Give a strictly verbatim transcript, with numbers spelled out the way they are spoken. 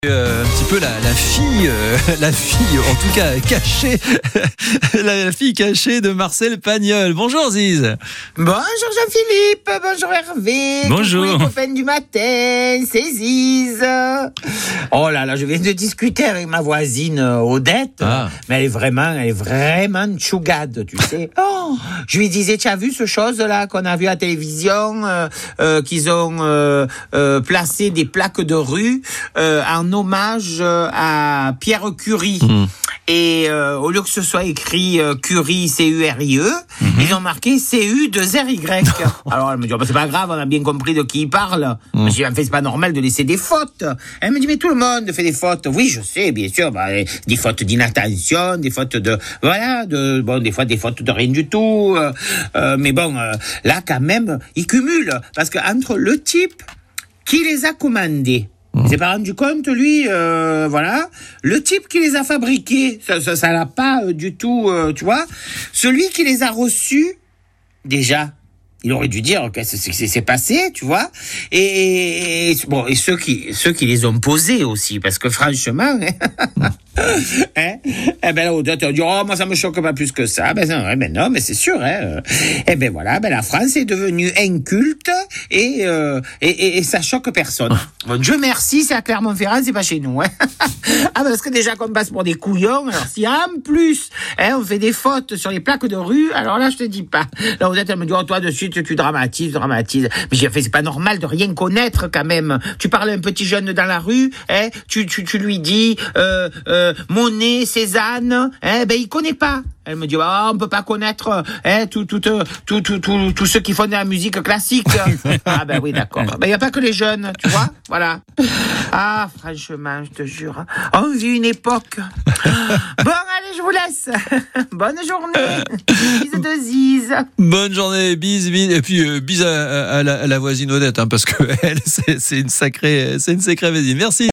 Euh, un petit peu la, la fille, euh, la fille, en tout cas cachée, la, la fille cachée de Marcel Pagnol. Bonjour Ziz. Bonjour Jean-Philippe, bonjour Hervé. Bonjour. Coucou les copains du matin, c'est Ziz. Oh là là, je viens de discuter avec ma voisine Odette, Ah. mais elle est vraiment, elle est vraiment tchougade, tu sais. Oh, je lui disais, tu as vu ce chose-là qu'on a vu à la télévision, euh, euh, qu'ils ont euh, euh, placé des plaques de rue euh, en hommage euh, à Pierre Curie. Mmh. Et euh, au lieu que ce soit écrit euh, Curie, C U R I E, mmh. ils ont marqué C U deux R Y. Alors elle me dit, oh, bah, c'est pas grave, on a bien compris de qui il parle. Mmh. Je dis, en fait, c'est pas normal de laisser des fautes. Elle me dit, mais tout le monde fait des fautes. Oui, je sais, bien sûr, bah, des fautes d'inattention, des fautes de, voilà, de, bon, des fois des fautes de rien du tout. Euh, euh, mais bon, euh, là, quand même, ils cumulent. Parce que entre le type qui les a commandés, il s'est pas rendu compte, lui, euh, voilà. Le type qui les a fabriqués, ça, ça, ça l'a pas euh, du tout, euh, tu vois. Celui qui les a reçus, déjà, il aurait dû dire qu'est-ce qui s'est passé, tu vois. Et, et bon, et ceux qui, ceux qui les ont posés aussi, parce que franchement, hein, eh ben là, Odette a dit, oh, moi ça me choque pas plus que ça. Ben non, ben non, mais c'est sûr, hein. Eh ben voilà, ben la France est devenue inculte et euh, et, et, et ça choque personne. Bon, Dieu merci, c'est à Clermont-Ferrand, c'est pas chez nous, hein. Ah, parce que déjà qu'on passe pour des couillons, alors si en plus, hein, on fait des fautes sur les plaques de rue, alors là, je te dis pas. Là, Odette, elle me dit, oh, toi, de suite, tu dramatises, dramatises. Mais j'ai fait, c'est pas normal de rien connaître, quand même. Tu parles à un petit jeune dans la rue, hein, tu, tu, tu lui dis, euh, euh, Monet, Cézanne, hein, ben, il connaît pas. Elle me dit, oh, on peut pas connaître, hein, tout, tout, tout, tout, tout, tout, tous ceux qui font de la musique classique. Ah, ben oui, d'accord. Ben, y a pas que les jeunes, tu vois, voilà. Ah, franchement, je te jure, on vit une époque. Bon, allez, je vous laisse. Bonne journée. Bise de Ziz. Bonne journée, bise, bise. Et puis, euh, bise à, à, à, la, à la voisine Odette, hein, parce que elle, c'est, c'est une sacrée, c'est une sacrée voisine. Merci.